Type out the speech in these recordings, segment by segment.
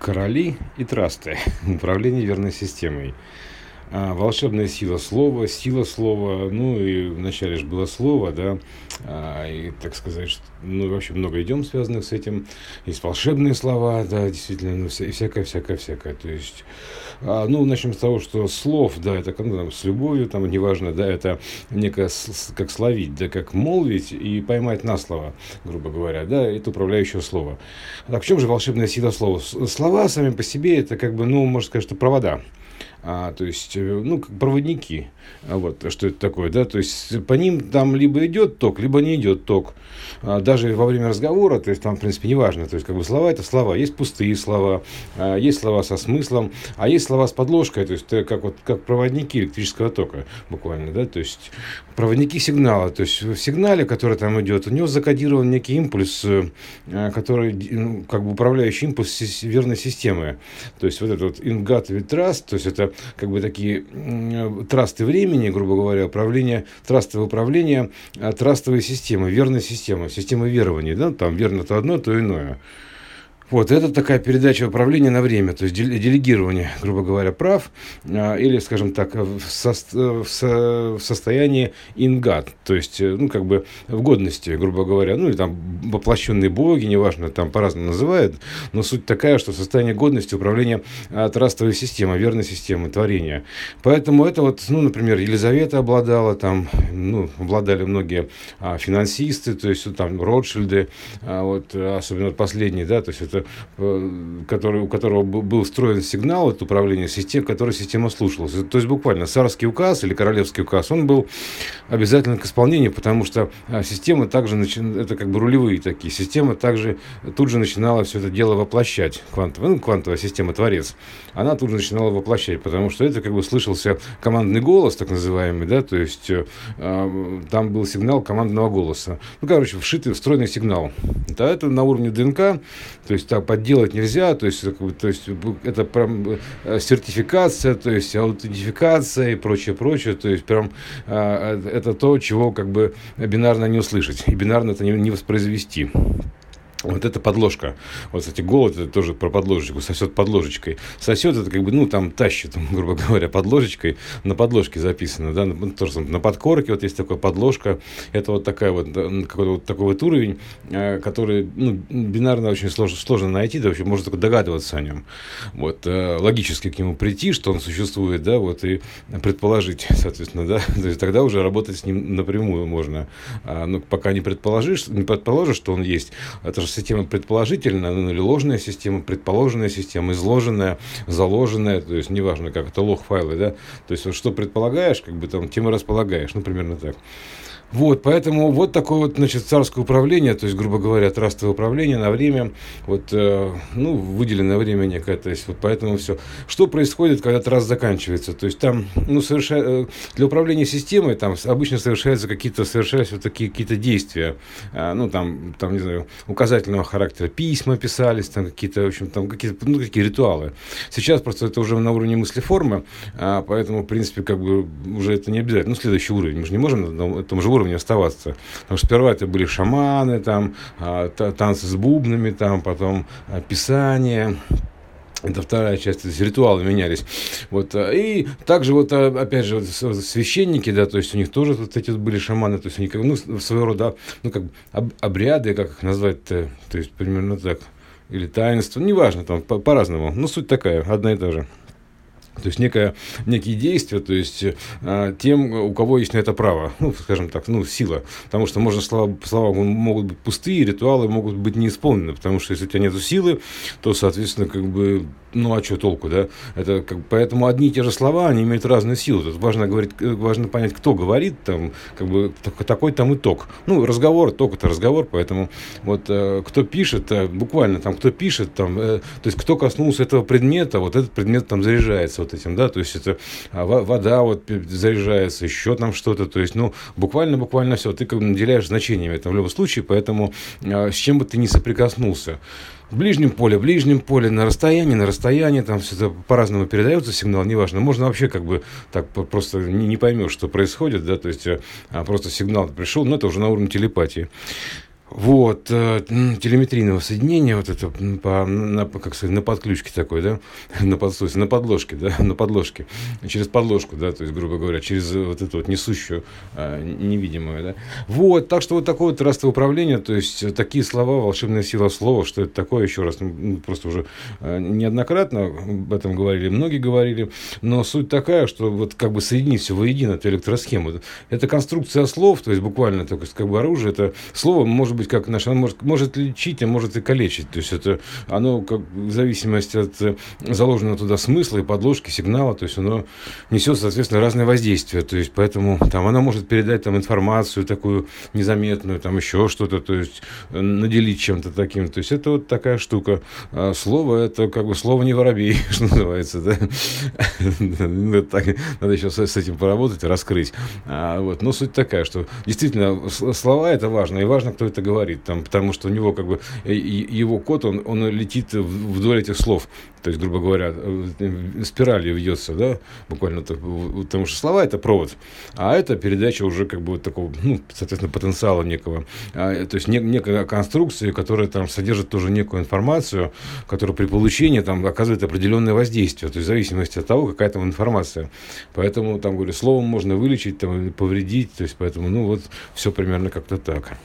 Короли и трасты. Управление верной системой. Волшебная сила слова, ну и вначале же было слово, да, и, так сказать, ну, вообще много идем связанных с этим. Есть волшебные слова, да, действительно, ну, и всякое. То есть, ну, начнем с того, что слов, да, это ну, там, с любовью, там, неважно, да, это некое, как словить, да, как молвить и поймать на слово, грубо говоря, да, это управляющее слово. Так, в чем же волшебная сила слова? Слова сами по себе, это как бы, ну, можно сказать, что провода. То есть, ну, как проводники. Вот, что это такое, да, то есть, по ним там либо идет ток, либо не идет ток. Даже во время разговора, то есть, там, в принципе, не важно. То есть, как бы слова – это слова. Есть пустые слова, есть слова со смыслом, а есть слова с подложкой, то есть, как проводники электрического тока, буквально, да, то есть, проводники сигнала. То есть, в сигнале, который там идет, у него закодирован некий импульс, который, ну, как бы управляющий импульс верной системы. То есть, вот этот вот in God we trust, то есть, это как бы такие трасты времени, грубо говоря, трастовое управление трастовой системы, верной системы, системы верований, да, там верно то одно, то иное. Вот, это такая передача управления на время, то есть делегирование, грубо говоря, прав, или, скажем так, в состоянии in God, то есть, ну, как бы в годности, грубо говоря, ну, или там воплощенные боги, неважно, там по-разному называют, но суть такая, что состояние годности управления трастовой системой, верной системой творения. Поэтому это вот, ну, например, Елизавета обладала, там, ну, обладали многие финансисты, то есть, там, Ротшильды, вот, особенно последний, да, то есть, это у которого был встроен сигнал от управления системой, который система слушалась. То есть, буквально, царский указ или королевский указ, он был обязательно к исполнению, потому что система также, это как бы рулевые такие, система также тут же начинала все это дело воплощать, квантовая система Творец, она тут же начинала воплощать, потому что это как бы слышался командный голос, так называемый, да, то есть, там был сигнал командного голоса. Ну, короче, встроенный сигнал. Да, это на уровне ДНК, то есть, так подделать нельзя, то есть это прям сертификация, то есть аутентификация и прочее, то есть прям это то, чего как бы бинарно не услышать и бинарно это не воспроизвести. Вот это подложка. Вот, кстати, голод это тоже про подложечку. Сосет под ложечкой. Сосет это как бы, ну, там тащит, грубо говоря, под ложечкой. На подложке записано, да, тоже на подкорке вот есть такая подложка. Это вот такая вот, какой-то вот такой вот уровень, который, ну, бинарно очень сложно найти, да, вообще можно только догадываться о нем. Вот, логически к нему прийти, что он существует, да, вот, и предположить, соответственно, да, то есть тогда уже работать с ним напрямую можно. Но пока не предположишь, что он есть, это же система предположительная, ну, или ложная система, предположенная система, изложенная, заложенная, то есть неважно, как это лог-файлы, да, то есть вот что предполагаешь, как бы там, тем и располагаешь, ну, примерно так. Вот, поэтому вот такое вот, значит, царское управление, то есть, грубо говоря, трастовое управление на время, вот, ну, выделенное время некое, то есть, вот поэтому все. Что происходит, когда траст заканчивается? То есть, там, ну, для управления системой, там, обычно совершаются вот такие какие-то действия, ну, там, не знаю, указательного характера, письма писались, там, какие-то, в общем, там, какие-то, ну, такие ритуалы. Сейчас просто это уже на уровне мысли-формы, поэтому, в принципе, как бы, уже это не обязательно. Ну, следующий уровень, мы же не можем на этом же уровне оставаться. Потому что сперва это были шаманы, там, танцы с бубнами, там, потом писание. Это вторая часть, то есть ритуалы менялись. Вот, и также, вот, опять же, вот, священники, да, то есть у них тоже вот эти вот были шаманы, то есть они, ну, своего рода, ну, как обряды, как их назвать-то, то есть примерно так, или таинство, неважно, там, по-разному, но суть такая, одна и та же. То есть некие действия, то есть тем, у кого есть на это право, ну, скажем так, ну, сила. Потому что слова могут быть пустые, ритуалы могут быть не исполнены, потому что если у тебя нет силы, то, соответственно, как бы, ну, а что толку, да? Это, поэтому одни и те же слова, они имеют разную силу. Тут важно понять, кто говорит, там, как бы, такой там итог. Ну, разговор, ток это разговор, поэтому вот кто пишет, буквально там, кто пишет, там, то есть кто коснулся этого предмета, вот этот предмет там заряжается вот этим, да, то есть это вода вот заряжается, еще там что-то, то есть, ну, буквально все, ты как бы наделяешь значениями это в любом случае, поэтому с чем бы ты ни соприкоснулся, в ближнем поле, на расстоянии, там все это по-разному передается сигнал, неважно, можно вообще как бы так просто не поймешь, что происходит, да, то есть просто сигнал пришел, но это уже на уровне телепатии. Вот, телеметрийного соединения, вот это, как сказать, на подключке такой, да, на подложке, да, на подложке, через подложку, да, то есть, грубо говоря, через вот эту вот несущую, невидимую, да. Вот, так что вот такое вот растовое управление, то есть, такие слова, волшебная сила слова, что это такое, еще раз, просто уже неоднократно об этом говорили, многие говорили, но суть такая, что вот как бы соединить все воедино, эту электросхему, это конструкция слов, то есть, буквально, то есть, как бы оружие, это слово может быть как наше, оно может лечить, а может и калечить. То есть это оно как в зависимости от заложенного туда смысла и подложки, сигнала, то есть оно несет, соответственно, разные воздействия. То есть поэтому там оно может передать там информацию такую незаметную, там еще что-то, то есть наделить чем-то таким. То есть это вот такая штука. А слово это как бы слово не воробей, что называется, да. Надо еще с этим поработать, раскрыть. Вот. Но суть такая, что действительно слова это важно, и важно, кто это говорит, там, потому что у него как бы его код, он летит вдоль этих слов, то есть, грубо говоря, спиралью вьется, да, буквально, потому что слова это провод, а это передача уже как бы вот такого, ну, соответственно, потенциала некого, то есть некая конструкция, которая там содержит тоже некую информацию, которая при получении там оказывает определенное воздействие, то есть в зависимости от того, какая там информация, поэтому там, говорю, словом можно вылечить, там, повредить, то есть поэтому, ну, вот все примерно как-то так.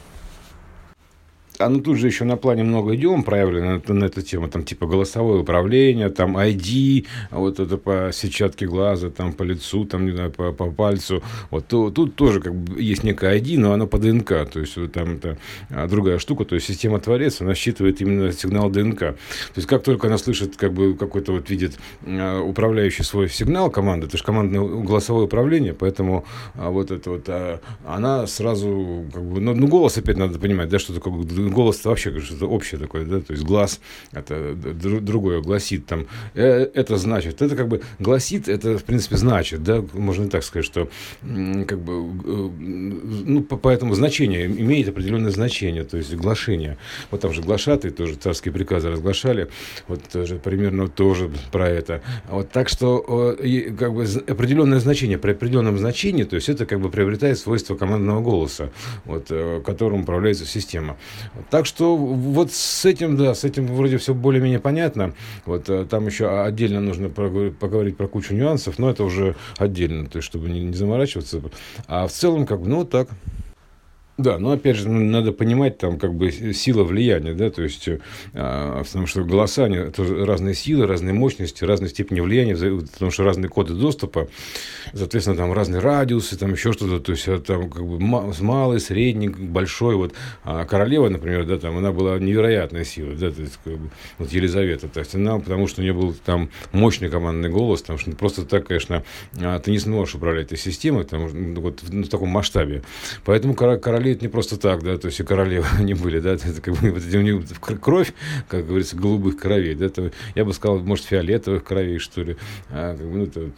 Ну тут же еще на плане много идем проявлено на эту тему, там типа голосовое управление, там ID, вот это по сетчатке глаза, там по лицу, там, не знаю, по пальцу. Вот тут тоже как бы есть некое ID, но оно по ДНК, то есть вот там это другая штука, то есть система Творец, она считывает именно сигнал ДНК. То есть как только она слышит, как бы какой-то вот видит управляющий свой сигнал команды, это же командное голосовое управление, поэтому вот это вот, она сразу, как бы, ну голос опять надо понимать, да, что такое голос это вообще что-то общее такое, да, то есть глаз это другое, гласит там, это значит, это как бы гласит, это в принципе значит, да, можно и так сказать, что как бы, ну, поэтому значение имеет определенное значение, то есть глашение, вот там же глашатые тоже царские приказы разглашали, вот тоже примерно тоже про это, вот так что как бы определенное значение, при определенном значении, то есть это как бы приобретает свойства командного голоса, вот, которым управляется система. Так что вот с этим, да, с этим вроде все более-менее понятно. Вот там еще отдельно нужно поговорить про кучу нюансов, но это уже отдельно, то есть чтобы не заморачиваться. А в целом, как бы, ну, вот так. Да, но опять же, надо понимать там как бы сила влияния, да, то есть, потому что голоса, они тоже разные силы, разные мощности, разной степени влияния, потому что разные коды доступа, соответственно, там разные радиусы, там еще что-то, то есть, там как бы малый, средний, большой, вот, а королева, например, да, там, она была невероятная сила, да, то есть, как бы, вот Елизавета, то есть, она, потому что у нее был там мощный командный голос, потому что просто так, конечно, ты не сможешь управлять этой системой, там, вот, в таком масштабе, поэтому королева это не просто так, да, то есть и королевы они были, да, это как бы вот, у них кровь, как говорится, голубых кровей, да, это, я бы сказал, может, фиолетовых кровей, что ли, как бы, ну, это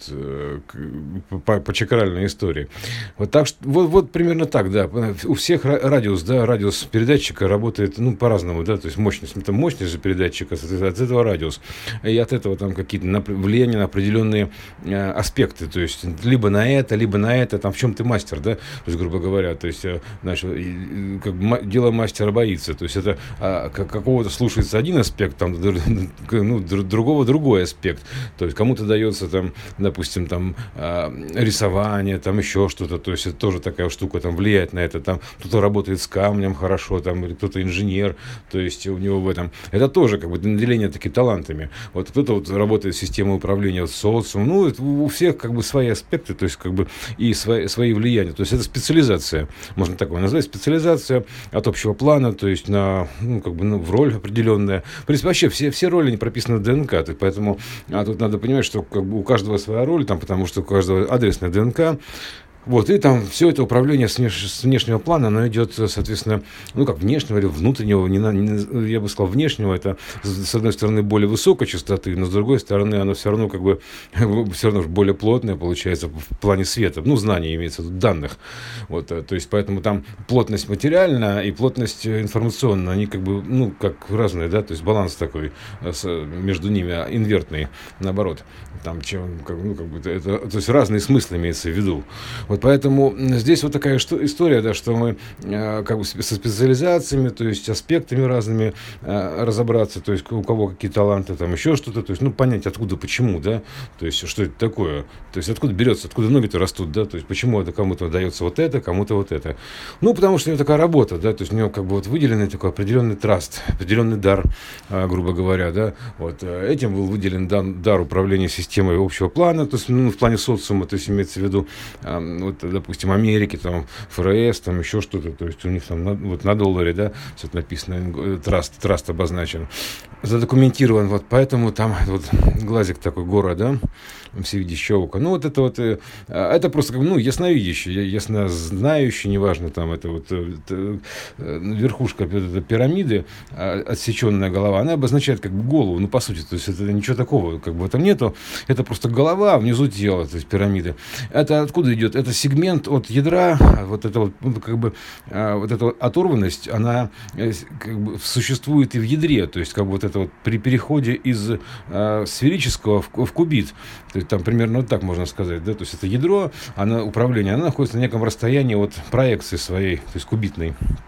вот, по чакральной истории. Вот так что, вот примерно так, да, у всех радиус, да, радиус передатчика работает, ну, по-разному, да, то есть мощность, это мощность же передатчика, от этого радиус, и от этого там какие-то влияния на определенные аспекты, то есть либо на это, там, в чем ты мастер, да, то есть, грубо говоря, то есть, значит, как бы дело мастера боится. То есть это какого-то слушается один аспект, там, ну, другого другой аспект. То есть кому-то дается там, допустим, там рисование, там еще что-то. То есть это тоже такая штука, там влияет на это. Там кто-то работает с камнем хорошо, там, или кто-то инженер. То есть у него в этом. Это тоже как бы наделение такими талантами. Вот кто-то вот работает с системой управления социумом. Ну, это у всех как бы свои аспекты, то есть как бы и свои влияния. То есть это специализация, можно так назвать, специализация от общего плана, то есть на, ну, как бы, ну, в роль определенная. В принципе, вообще все роли не прописаны в ДНК, поэтому тут надо понимать, что как бы у каждого своя роль, там, потому что у каждого адресная ДНК. Вот, и там все это управление с внешнего плана, оно идет, соответственно, ну, как внешнего или внутреннего, я бы сказал, внешнего, это, с одной стороны, более высокой частоты, но с другой стороны, оно все равно, как бы, все равно более плотное, получается, в плане света, ну, знаний имеется в виду, данных, вот, то есть, поэтому там плотность материальная и плотность информационная, они, как бы, ну, как разные, да, то есть, баланс такой между ними, инвертный, наоборот, там, чем, ну, как бы, это, то есть, разные смыслы имеется в виду. Вот поэтому здесь вот такая история, да, что мы как бы со специализациями, то есть аспектами разными разобраться, то есть у кого какие таланты, там еще что-то, то есть, ну, понять, откуда, почему, да, то есть, что это такое, то есть, откуда берется, откуда ноги-то растут, да, то есть, почему это кому-то дается вот это, кому-то вот это. Ну, потому что у него такая работа, да, то есть, у него как бы вот выделенный такой определенный траст, определенный дар, грубо говоря, да, вот, этим был выделен дар управления системой общего плана, то есть, ну, в плане социума, то есть, имеется в виду, вот, допустим, Америки, там, ФРС, там, еще что-то, то есть, у них там, вот, на долларе, да, все это написано, траст обозначен, задокументирован, вот, поэтому там вот глазик такой, гора, да, всевидящее око. Ну, вот это вот, это просто, как, ну, ясновидящий, яснознающий, неважно, там, это вот верхушка пирамиды, отсеченная голова, она обозначает как бы голову, ну, по сути, то есть, это ничего такого, как бы, там нету, это просто голова, а внизу тело, то есть, пирамиды. Это откуда идет? Это сегмент от ядра, вот это вот, ну, как бы, вот эта вот оторванность, она как бы существует и в ядре, то есть, как бы, вот это вот при переходе из сферического в кубит, то есть, там примерно вот так можно сказать, да, то есть это ядро, управление, оно находится на неком расстоянии от проекции своей, то есть кубитной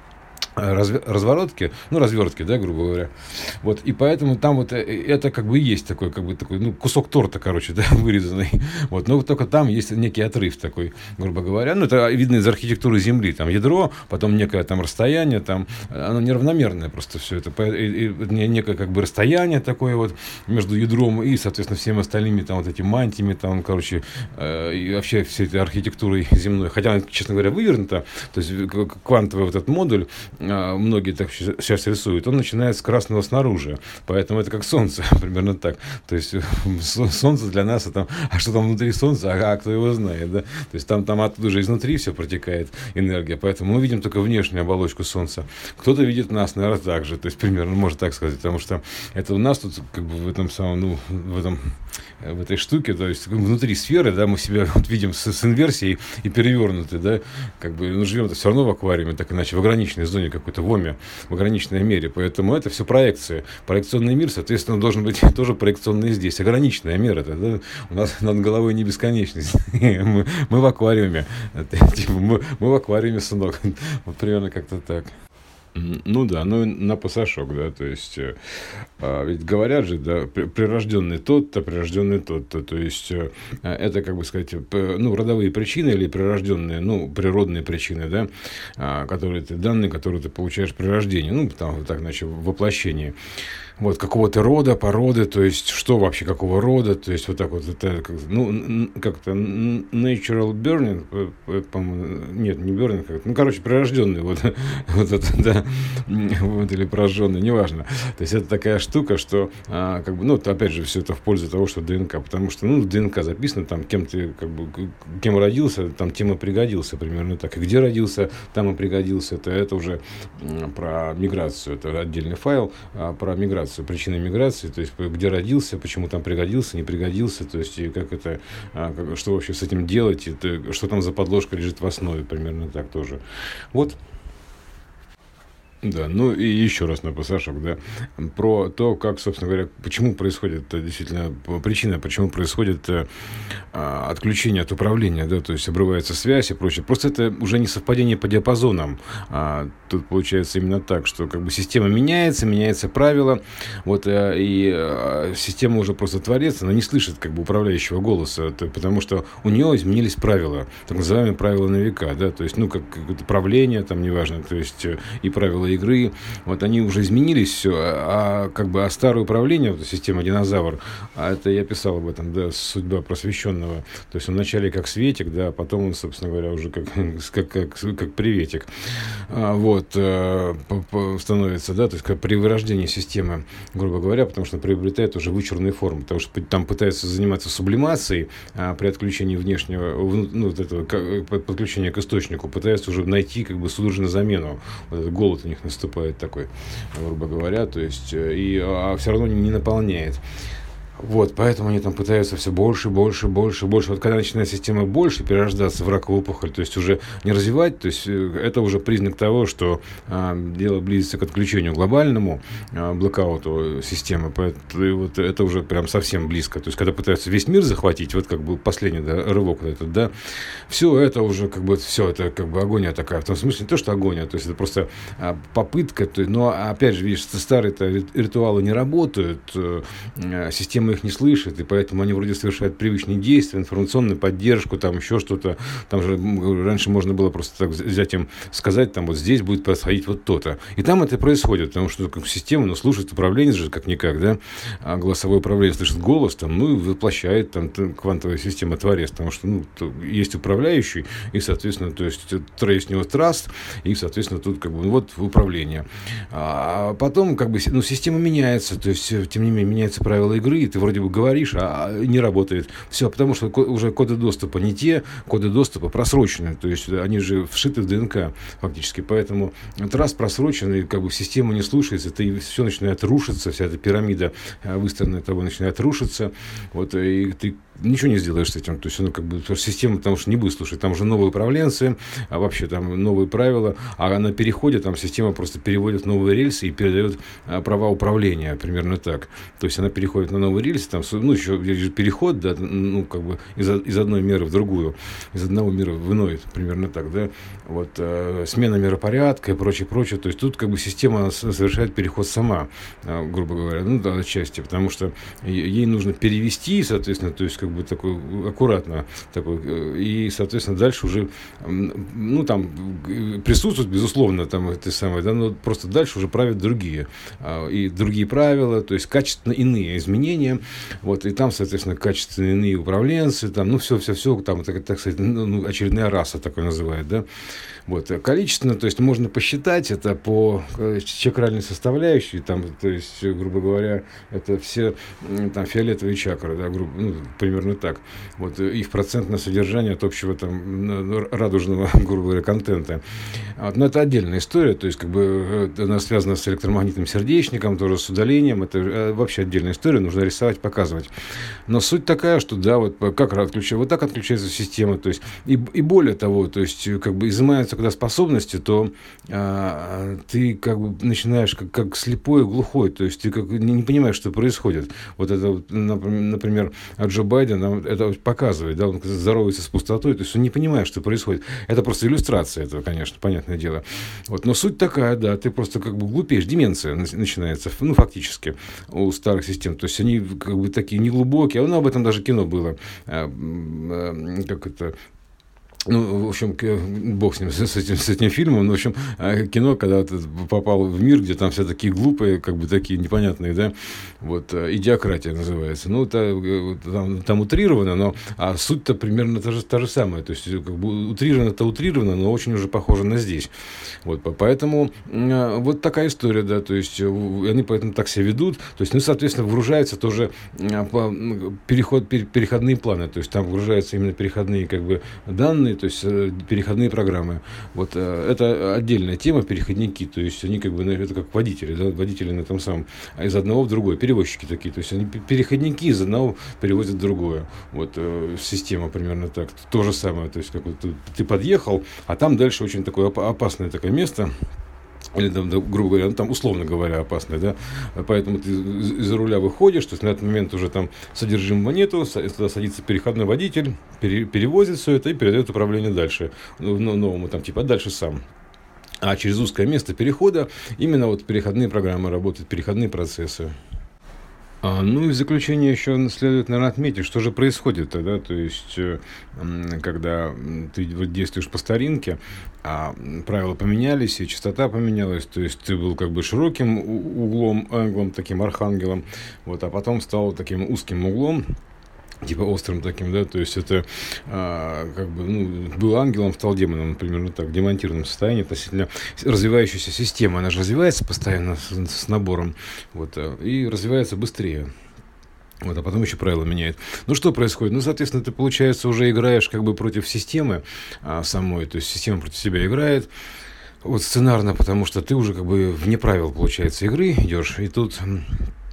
разворотки, ну, развертки, да, грубо говоря. Вот, и поэтому там вот это как бы и есть такой, как бы такой, ну, кусок торта, короче, да, вырезанный. Вот, но вот только там есть некий отрыв такой, грубо говоря. Ну, это видно из архитектуры Земли. Там ядро, потом некое там расстояние, там, оно неравномерное просто все это. И некое как бы расстояние такое вот между ядром и, соответственно, всеми остальными там вот этими мантиями, там, короче, и вообще всей этой архитектурой земной. Хотя она, честно говоря, вывернута, то есть квантовый вот этот модуль, многие так сейчас рисуют, он начинает с красного снаружи, поэтому это как солнце, примерно так, то есть солнце для нас, а что там внутри солнца, кто его знает, да, то есть там оттуда же изнутри все протекает энергия, поэтому мы видим только внешнюю оболочку солнца, кто-то видит нас, наверное, так же, то есть примерно, можно так сказать, потому что это у нас тут как бы в этом самом, ну, в этой штуке, то есть внутри сферы, да, мы себя вот видим с инверсией и перевернуты, да, как бы, ну, живем-то все равно в аквариуме, так иначе, в ограниченной зоне какой-то, в ОМе, в ограниченной мере, поэтому это все проекции. Проекционный мир, соответственно, должен быть тоже проекционный здесь, ограниченная мера, да? У нас над головой не бесконечность, мы в аквариуме, мы в аквариуме, сынок, вот примерно как-то так. Ну да, ну на пасашок, да, то есть, ведь говорят же, да, прирожденный тот-то, прирожденный тот-то, то есть, это, как бы сказать, ну, родовые причины или прирожденные, ну, природные причины, да, данные, которые ты получаешь при рождении, ну, там, так, иначе, в воплощении. Вот, какого-то рода, породы, то есть, что вообще, какого рода, то есть, вот так вот, это, ну, как-то natural burning, по-моему, нет, не burning, ну, короче, прирожденный, вот это, да, вот, или пораженный, неважно. То есть, это такая штука, что, как бы, ну, опять же, все это в пользу того, что ДНК, потому что, ну, в ДНК записано, там, кем ты, как бы, кем родился, там, тем и пригодился, примерно так, и где родился, там и пригодился, это уже про миграцию, это отдельный файл, про миграцию, причины миграции, то есть где родился, почему там пригодился, не пригодился, то есть и как это, что вообще с этим делать, что там за подложка лежит в основе, примерно так тоже. Вот. Да, ну и еще раз на пассажок, да, про то, как, собственно говоря, почему происходит, действительно, причина, почему происходит отключение от управления, да, то есть обрывается связь и прочее. Просто это уже не совпадение по диапазонам. Тут получается именно так, что как бы система меняется правила, вот, и система уже просто творец, она не слышит как бы управляющего голоса, потому что у нее изменились правила, так называемые правила на века, да, то есть, ну, как какое-то правление, там, неважно, то есть, и правила игры, вот они уже изменились все, как бы старое управление, вот, система динозавр, это я писал об этом, да, судьба просвещенного, то есть он вначале как светик, да, а потом он, собственно говоря, уже как приветик, вот, становится, да, то есть как при вырождении системы, грубо говоря, потому что приобретает уже вычурные формы, потому что там пытаются заниматься сублимацией, при отключении внешнего, ну, вот этого подключения к источнику, пытаются уже найти как бы судорожную замену, вот этот голод у них наступает такой, грубо говоря, то есть, все равно не наполняет. Вот, поэтому они там пытаются все больше, больше, больше, больше. Вот когда начинает система больше перерождаться в раковую опухоль, то есть уже не развивать, то есть это уже признак того, что дело близится к отключению глобальному, блокауту системы. Поэтому, и вот это уже прям совсем близко. То есть когда пытаются весь мир захватить, вот как бы последний, да, рывок вот этот, да, все это уже как бы, все это как бы агония такая. В том смысле не то, что агония, то есть это просто попытка, но опять же, видишь, старые-то ритуалы не работают, система их не слышит, и поэтому они вроде совершают привычные действия, информационную поддержку, там еще что-то. Там же раньше можно было просто так взять им, сказать, там вот здесь будет происходить вот то-то. И там это происходит, потому что как система, ну, слушает управленец же как-никак, да, а голосовое управление слышит голос, там, ну, и воплощает там квантовая система творец, потому что, ну, есть управляющий, и, соответственно, то есть есть у него траст, и, соответственно, тут как бы, ну, вот управление. А потом, как бы, ну, система меняется, то есть, тем не менее, меняются правила игры, и ты вроде бы говоришь, а не работает. Все, потому что уже коды доступа не те, коды доступа просрочены. То есть они же вшиты в ДНК фактически. Поэтому траст просроченный, как бы система не слушается, и все начинает рушиться, вся эта пирамида выстроенная тобой начинает рушиться. Вот, и ты ничего не сделаешь с этим. То есть, как бы, система, потому что не будет слушать. Там уже новые управленцы, а вообще там новые правила. А на переходе там система просто переводит новые рельсы и передает права управления. Примерно так. То есть она переходит на новые рельсы. Там, ну, еще переход, да, ну, как бы из одной меры в другую. Из одного мира в иной. Примерно так, да. Вот, смена миропорядка и прочее, прочее. То есть тут как бы система совершает переход сама, грубо говоря. Ну, да, отчасти. Потому что ей нужно перевести, соответственно, то есть как бы такой аккуратно такой, и, соответственно, дальше уже, ну, там присутствует, безусловно, там это самое, да, но просто дальше уже правят другие, и другие правила, то есть качественно иные изменения, вот, и там, соответственно, качественно иные управленцы, там, ну, все, там, так сказать, ну, очередная раса такой называют, да, вот, количественно, то есть можно посчитать это по чакральной составляющей, там, то есть, грубо говоря, это все там фиолетовые чакры, да, ну, примерно так, вот, их процентное содержание от общего там радужного, грубо говоря, контента. Вот, но это отдельная история, то есть, как бы, она связана с электромагнитным сердечником, тоже с удалением, это вообще отдельная история, нужно рисовать, показывать. Но суть такая, что, да, вот как отключается, вот так отключается система, то есть, и более того, то есть, как бы, изымаются когда способности, то ты как бы начинаешь как слепой и глухой, то есть ты как не понимаешь, что происходит. Вот это, например, Джо Байден это показывает, да, он здоровается с пустотой, то есть он не понимает, что происходит. Это просто иллюстрация этого, конечно, понятное дело. Вот, но суть такая, да, ты просто как бы глупеешь, деменция начинается, ну, фактически, у старых систем. То есть они как бы такие неглубокие, ну, об этом даже кино было, как это... Ну, в общем, бог с ним, с этим фильмом. Ну, в общем, кино, когда ты попал в мир, где там все такие глупые, как бы такие непонятные, да, вот, идиократия называется. Ну, там утрировано, но суть-то примерно та же самая. То есть, как бы утрировано-то утрировано, но очень уже похоже на здесь. Вот, поэтому вот такая история, да, то есть, они поэтому так себя ведут. То есть, ну, соответственно, выгружаются тоже переходные планы. То есть, там выгружаются именно переходные, как бы, данные, то есть переходные программы. Вот это отдельная тема, переходники, то есть они как бы, это как водители, да, водители на том самом, из одного в другое, перевозчики такие, то есть они переходники из одного перевозят в другое. Вот система примерно так, то же самое, то есть как вот ты подъехал, а там дальше очень такое опасное такое место, или, там, грубо говоря, ну, там, условно говоря, опасное, да, поэтому ты из-за руля выходишь, то есть на этот момент уже там содержимого нету, туда садится переходной водитель, перевозит все это и передает управление дальше, новому там, типа, а дальше сам. А через узкое место перехода именно вот переходные программы работают, переходные процессы. Ну и в заключение еще следует, наверное, отметить, что же происходит тогда, то есть, когда ты действуешь по старинке, а правила поменялись, и частота поменялась, то есть ты был как бы широким углом, ангелом, таким архангелом, вот, а потом стал таким узким углом, типа острым таким, да, то есть это как бы, ну, был ангелом, стал демоном, примерно так, в демонтированном состоянии относительно развивающейся системы, она же развивается постоянно с набором, вот, и развивается быстрее. Вот, а потом еще правила меняет. Ну, что происходит? Ну, соответственно, ты, получается, уже играешь как бы против системы самой, то есть система против себя играет, вот сценарно, потому что ты уже как бы вне правил, получается, игры идешь, и тут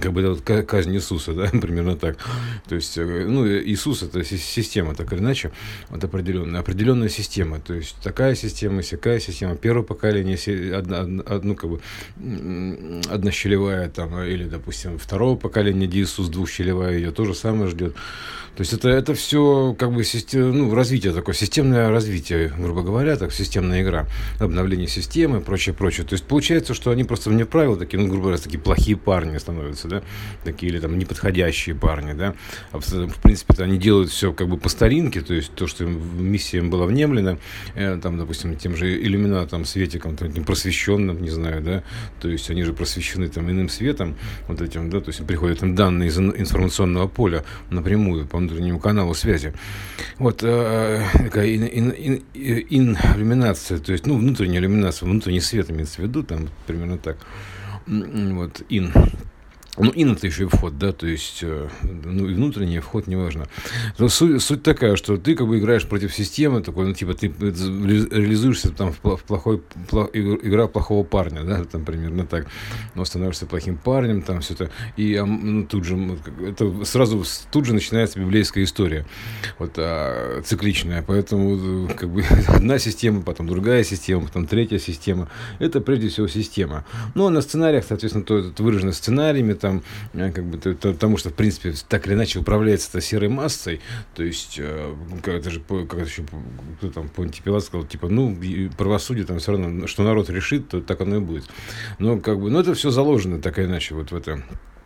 как бы это вот казнь Иисуса, да, примерно так. То есть, ну, Иисус — это система, так или иначе, вот определенная система. То есть, такая система, сякая система, первое поколение, ну, как бы, однощелевая, там, или, допустим, второго поколения, где Иисус двухщелевая, ее то же самое ждет. То есть, это все, как бы, ну, развитие такое, системное развитие, грубо говоря, так, системная игра, обновление системы, прочее, прочее. То есть, получается, что они просто вне правил, такие, ну, грубо говоря, такие плохие парни становятся, да, такие, или там неподходящие парни, да. В принципе, они делают все как бы по старинке, то есть то, что миссия им была внемлена, там, допустим, тем же иллюминатом, светиком, там, этим просвещенным, не знаю, да, то есть они же просвещены там иным светом, вот этим, да, то есть приходят им данные из информационного поля напрямую по внутреннему каналу связи. Вот такая иллюминация, то есть, ну, внутренняя иллюминация, внутренний свет имеется в виду, там, примерно так. Вот, Ну, это еще и вход, да, то есть, ну, и внутренний вход, неважно. Но суть такая, что ты как бы играешь против системы, такой, ну, типа, ты реализуешься там игра плохого парня, да, там примерно так, но становишься плохим парнем, там все это, и ну, тут же, это сразу тут же начинается библейская история, вот, цикличная, поэтому, как бы, одна система, потом другая система, потом третья система, это прежде всего система. Ну, а на сценариях, соответственно, то это выражено сценариями, там, как бы, потому что, в принципе, так или иначе управляется это серой массой, то есть, это же, как еще, кто там, Понтий Пилат сказал, типа, ну, правосудие там все равно, что народ решит, то так оно и будет. Но, как бы, ну, это все заложено так или иначе, вот в это,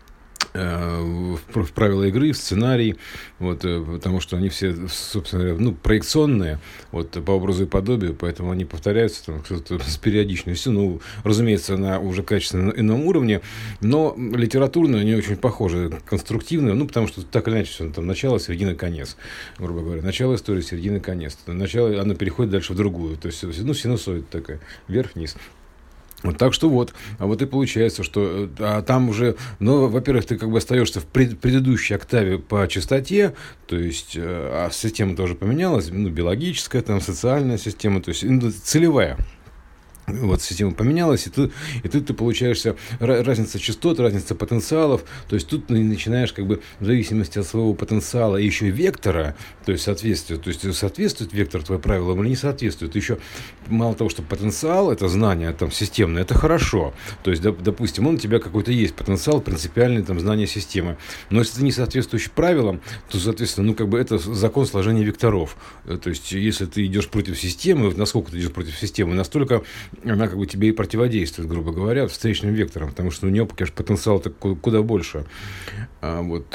в правила игры, в сценарий, вот, потому что они все, собственно, ну, проекционные, вот, по образу и подобию, поэтому они повторяются там, с периодичностью, ну, разумеется, на уже качественно ином уровне, но литературно они очень похожи, конструктивно, ну, потому что так или иначе все, там, начало, середина, конец, грубо говоря, начало истории, середина, конец, начало, оно переходит дальше в другую, то есть, ну, синусоид такая, вверх-вниз. Вот, так что вот, а вот и получается, что там уже, ну, во-первых, ты как бы остаешься в предыдущей октаве по частоте, то есть, а система тоже поменялась, ну, биологическая, там, социальная система, то есть, целевая. Вот система поменялась, и тут ты получаешься разница частот, разница потенциалов, то есть тут ты начинаешь как бы в зависимости от своего потенциала и еще вектора, то есть соответствие, то есть соответствует вектор твоим правилам или не соответствует. Еще мало того, что потенциал, это знание там системное, это хорошо, то есть, допустим, у тебя какой-то есть потенциал, принципиальный там знание системы, но если ты не соответствуешь правилам, то, соответственно, ну как бы это закон сложения векторов, то есть если ты идешь против системы, насколько ты идешь против системы, настолько она как бы тебе и противодействует, грубо говоря, встречным вектором, потому что у нее, конечно, потенциал-то куда больше. Вот,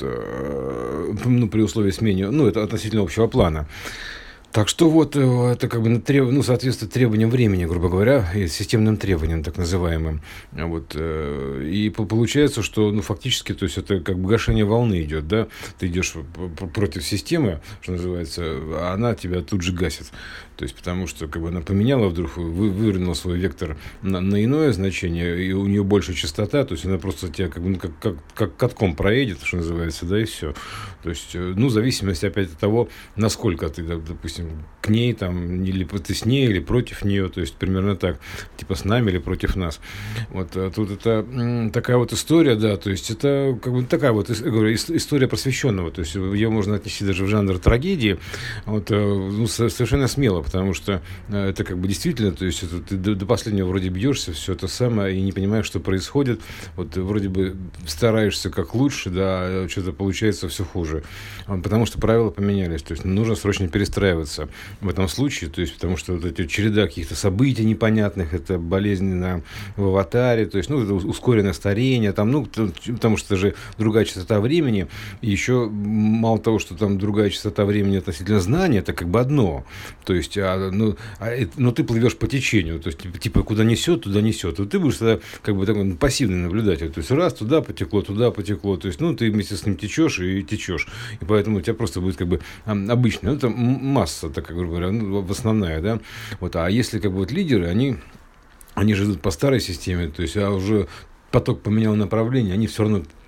ну, при условии смены, ну, это относительно общего плана. Так что вот это как бы ну, соответствует требованиям времени, грубо говоря, и системным требованиям, так называемым. Вот, и получается, что ну, фактически, то есть это как бы гашение волны идет, да, ты идешь против системы, что называется, а она тебя тут же гасит. То есть потому что как бы она поменяла вдруг, вывернула свой вектор на иное значение, и у нее больше частота, то есть она просто тебя как бы как катком проедет, что называется, да, и все. То есть, ну, в зависимости опять от того, насколько ты, допустим, к ней, там, или ты с ней, или против нее, то есть, примерно так, типа с нами или против нас. Вот, тут это такая вот история, да, то есть, это, как бы, такая вот, говорю, история просвещенного, то есть, ее можно отнести даже в жанр трагедии, вот, ну, совершенно смело, потому что это, как бы, действительно, то есть, это, ты до последнего вроде бьешься, все это самое, и не понимаешь, что происходит, вот, вроде бы стараешься как лучше, да, что-то получается все хуже, потому что правила поменялись, то есть, нужно срочно перестраиваться в этом случае, то есть, потому что вот эти череда каких-то событий непонятных, это болезнь в аватаре, то есть, ну, это ускоренное старение, там, ну, потому что это же другая частота времени, и еще мало того, что там другая частота времени относительно знания, это как бы одно, то есть, но ты плывешь по течению, то есть, типа, куда несет, туда несет, и ты будешь тогда, как бы, такой пассивный наблюдатель, то есть, раз, туда потекло, то есть, ну, ты вместе с ним течешь, и поэтому у тебя просто будет, как бы, обычная, ну, это масса, такая, грубо говоря, ну, основная, да, вот, а если, как бы, вот лидеры, они же идут по старой системе, то есть, а уже поток поменял направление, они все равно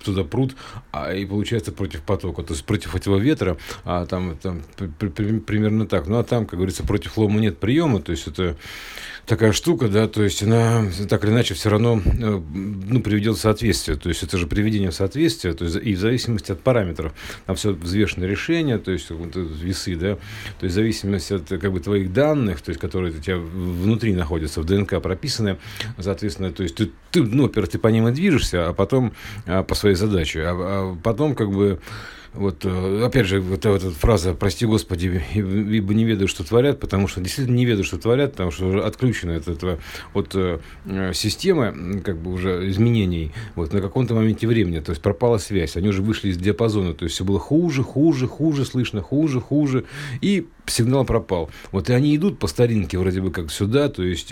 туда прут, и получается против потока, то есть против этого ветра, там примерно так. Ну, а там, как говорится, против лома нет приема, то есть это такая штука, да, то есть она так или иначе все равно, ну, приведет в соответствие, то есть это же приведение в соответствие, то есть и в зависимости от параметров, там все взвешенное решение, то есть вот, весы, да, то есть в зависимости от как бы твоих данных, то есть которые у тебя внутри находятся, в ДНК прописаны, соответственно, то есть ты ну, во-первых, ты по ним и движешься, а потом по своей задаче, а потом как бы вот, опять же, вот эта фраза «прости, Господи, ибо не ведают, что творят», потому что действительно не ведают, что творят, потому что уже отключено от этого, от системы, как бы уже изменений, вот, на каком-то моменте времени, то есть пропала связь, они уже вышли из диапазона, то есть все было хуже слышно, хуже, и сигнал пропал. Вот, и они идут по старинке вроде бы как сюда, то есть,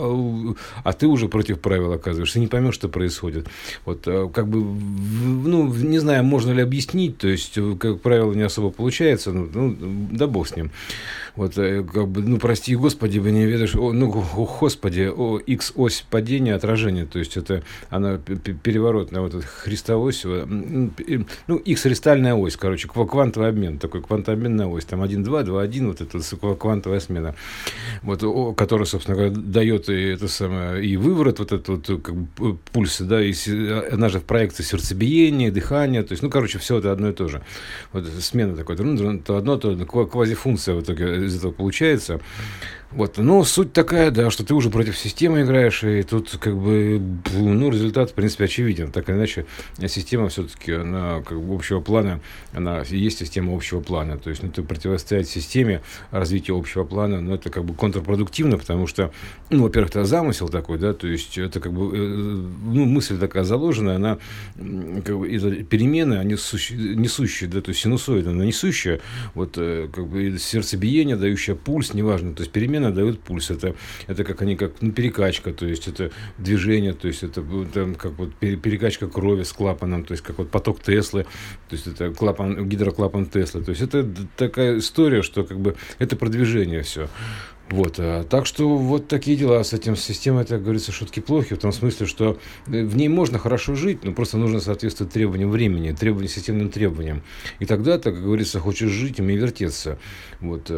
а ты уже против правил оказываешься, ты не поймешь, что происходит. Вот, как бы, ну, не знаю, можно ли объяснить, то есть, как правило, не особо получается, ну да бог с ним. Вот, как бы, ну, прости, Господи, вы не ведаешь, Господи, X-ось падения, отражения, то есть, это, она переворотная, вот эта христовось, ну, X-ристальная ось, короче, квантовый обмен, такой квантообменная ось, там 1,2, 2,1, вот эта квантовая смена, вот, которая, собственно говоря, дает и это самое, и выворот, вот этот вот, как бы, пульс, да, и она же в проекции сердцебиения, дыхания, то есть, ну, короче, все это одно и то же. Вот смена такой, то одно, то квазифункция в итоге из этого получается. Вот, но суть такая, да, что ты уже против системы играешь, и тут как бы, ну, результат, в принципе, очевиден. Так или иначе, система все-таки, она как бы общего плана, она есть система общего плана. То есть, ну, ты противостоять системе развития общего плана, но это как бы контрпродуктивно, потому что, ну, во-первых, это замысел такой, да, то есть, это как бы, ну, мысль такая заложенная, она, как бы, перемены, они несущие, да, то есть, синусоида, она несущая, вот, как бы, сердцебиение, дающее пульс, неважно, то есть, перемены дают пульс, это как они, как, ну, перекачка, то есть это движение, то есть это там, как вот перекачка крови с клапаном, то есть как вот поток Теслы, то есть это гидроклапан Теслы, то есть это такая история, что как бы это продвижение все. Вот, так что вот такие дела с этим, с системой, это, как говорится, шутки плохи, в том смысле, что в ней можно хорошо жить, но просто нужно соответствовать требованиям времени, системным требованиям. И тогда, так, как говорится, хочешь жить, умей вертеться. Вот.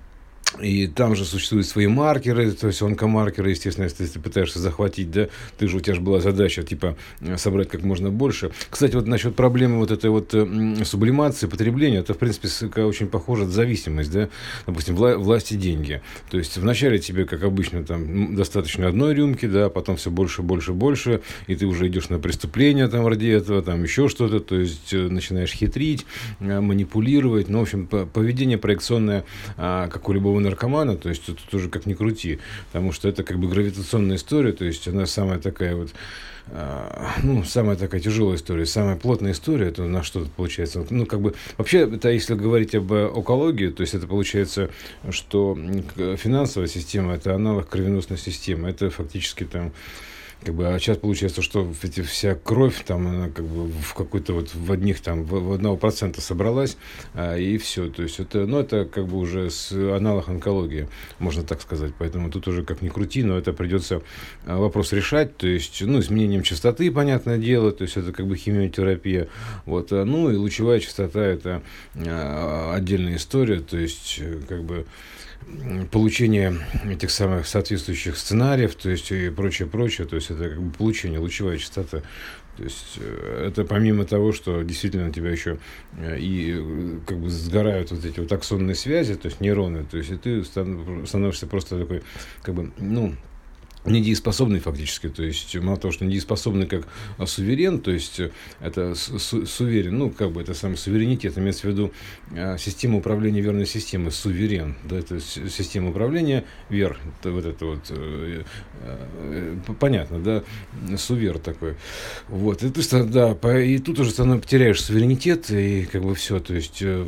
И там же существуют свои маркеры, то есть онкомаркеры, естественно, если ты пытаешься захватить, да, у тебя же была задача, типа, собрать как можно больше. Кстати, вот насчет проблемы вот этой вот сублимации, потребления, это, в принципе, очень похоже на зависимость, да, допустим, власть и деньги. То есть, вначале тебе, как обычно, там, достаточно одной рюмки, да, потом все больше, и ты уже идешь на преступление, там, ради этого, там, еще что-то, то есть, начинаешь хитрить, манипулировать, ну, в общем, поведение проекционное, как у любого наркомана, то есть тут уже как ни крути, потому что это как бы гравитационная история, то есть она самая такая вот, ну, самая такая тяжелая история, самая плотная история, это на что тут получается, ну, как бы, вообще, это если говорить об онкологии, то есть это получается, что финансовая система, это аналог кровеносной системы, это фактически там, как бы, а сейчас получается, что вся кровь там, она как бы в какой-то вот в одних там, в 1% собралась, и все. То есть это, ну, это как бы уже аналог онкологии, можно так сказать. Поэтому тут уже как ни крути, но это придется вопрос решать. То есть, ну, изменением частоты, понятное дело, то есть это как бы химиотерапия. Вот, ну, и лучевая частота это отдельная история, то есть как бы получение этих самых соответствующих сценариев, то есть и прочее, то есть это как бы получение, лучевая частота. То есть это помимо того, что действительно у тебя еще и как бы сгорают вот эти вот аксонные связи, то есть нейроны, то есть и ты становишься просто такой, как бы, ну, недееспособный фактически, то есть мало того, что недееспособный как суверен, то есть это суверен, ну, как бы это самый суверенитет, имеется в виду система управления верной системой, суверен, да, это система управления вер, вот это вот, понятно, да, сувер такой, вот, и ты, да, и тут уже теряешь суверенитет, и как бы все, то есть ты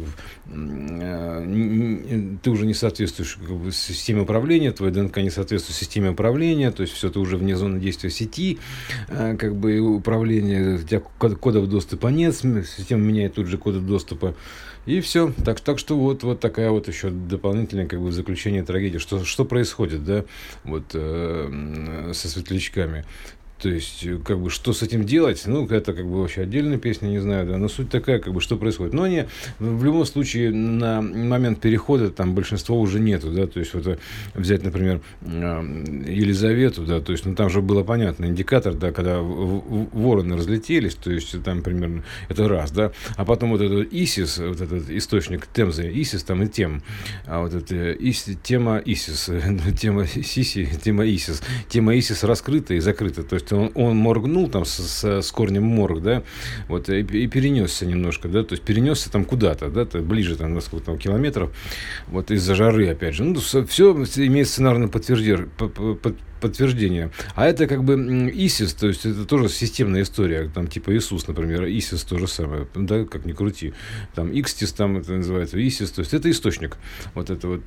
уже не соответствуешь как бы системе управления, твоя ДНК не соответствует системе управления, то есть все, ты уже вне зоны действия сети, как бы управление, у тебя кодов доступа нет, система меняет тут же коды доступа, и все. Так что вот такая вот еще дополнительная как бы заключение трагедии. Что происходит, да, вот со светлячками. То есть, как бы, что с этим делать, ну, это, как бы, вообще отдельная песня, не знаю, да, но суть такая, как бы, что происходит. Но они, в любом случае, на момент перехода, там, большинства уже нету, да, то есть, вот, взять, например, Елизавету, да, то есть, ну, там же было понятно, индикатор, да, когда вороны разлетелись, то есть, там, примерно, это раз, да, а потом вот этот ИСИС, вот этот источник Темзы, ИСИС, там, и тем, а вот это тема ИСИС, тема Сиси, тема ИСИС раскрыта и закрыта, то есть, он моргнул там с корнем морг, да, вот, и перенесся немножко, да, то есть перенесся там куда-то, да, ближе там на сколько там километров, вот из-за жары, опять же. Ну, все имеет сценарное подтверждение. А это как бы ИСИС, то есть это тоже системная история, там типа Иисус, например, ИСИС то же самое, да, как ни крути. Там икстис, там это называется ИСИС, то есть это источник. Вот это вот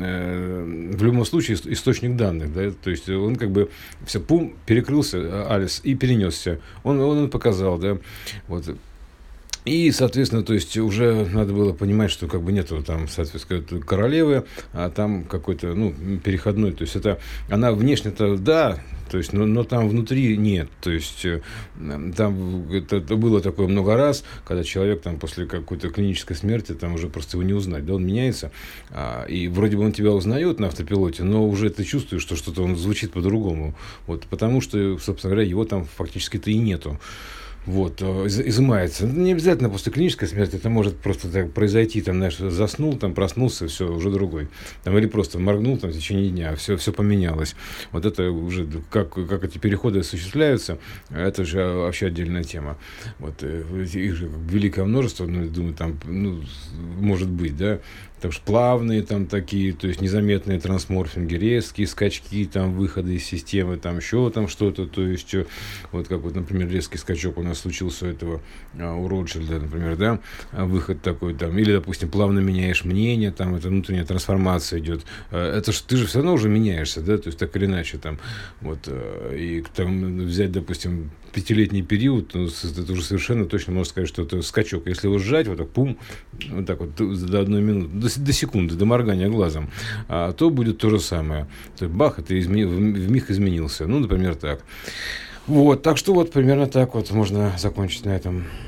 в любом случае источник данных, да, то есть он как бы все, пум, перекрылся, Алис, и перенесся. Он показал, да, вот. И, соответственно, то есть уже надо было понимать, что как бы нету там, соответственно, королевы, а там какой-то, ну, переходной. То есть это она внешне-то, да, то есть, но там внутри нет. То есть там это было такое много раз, когда человек там после какой-то клинической смерти, там уже просто его не узнать, да, он меняется, и вроде бы он тебя узнает на автопилоте, но уже ты чувствуешь, что что-то он звучит по-другому. Вот, потому что, собственно говоря, его там фактически-то и нету. Вот, изымается. Не обязательно после клинической смерти, это может просто так произойти, там, знаешь, заснул, там, проснулся, все, уже другой. Там, или просто моргнул там, в течение дня, все поменялось. Вот это уже, как эти переходы осуществляются, это же вообще отдельная тема. Вот, их же великое множество, ну, думаю, там, ну, может быть, да, потому что плавные там такие, то есть незаметные трансморфинги, резкие скачки, там, выходы из системы, там, еще там что-то, то есть, вот как вот, например, резкий скачок у нас случился у этого, у Ротшильда, например, да, выход такой, там, или, допустим, плавно меняешь мнение, там, это внутренняя трансформация идет, это ж, ты же все равно уже меняешься, да, то есть, так или иначе, там, вот, и там взять, допустим, 5-летний период, ну, это уже совершенно точно можно сказать, что это скачок. Если его сжать, вот так, пум, вот так вот, до 1 минуты, до секунды, до моргания глазом, то будет то же самое. То есть, бах, это вмиг изменился. Ну, например, так. Вот, так что вот примерно так вот можно закончить на этом.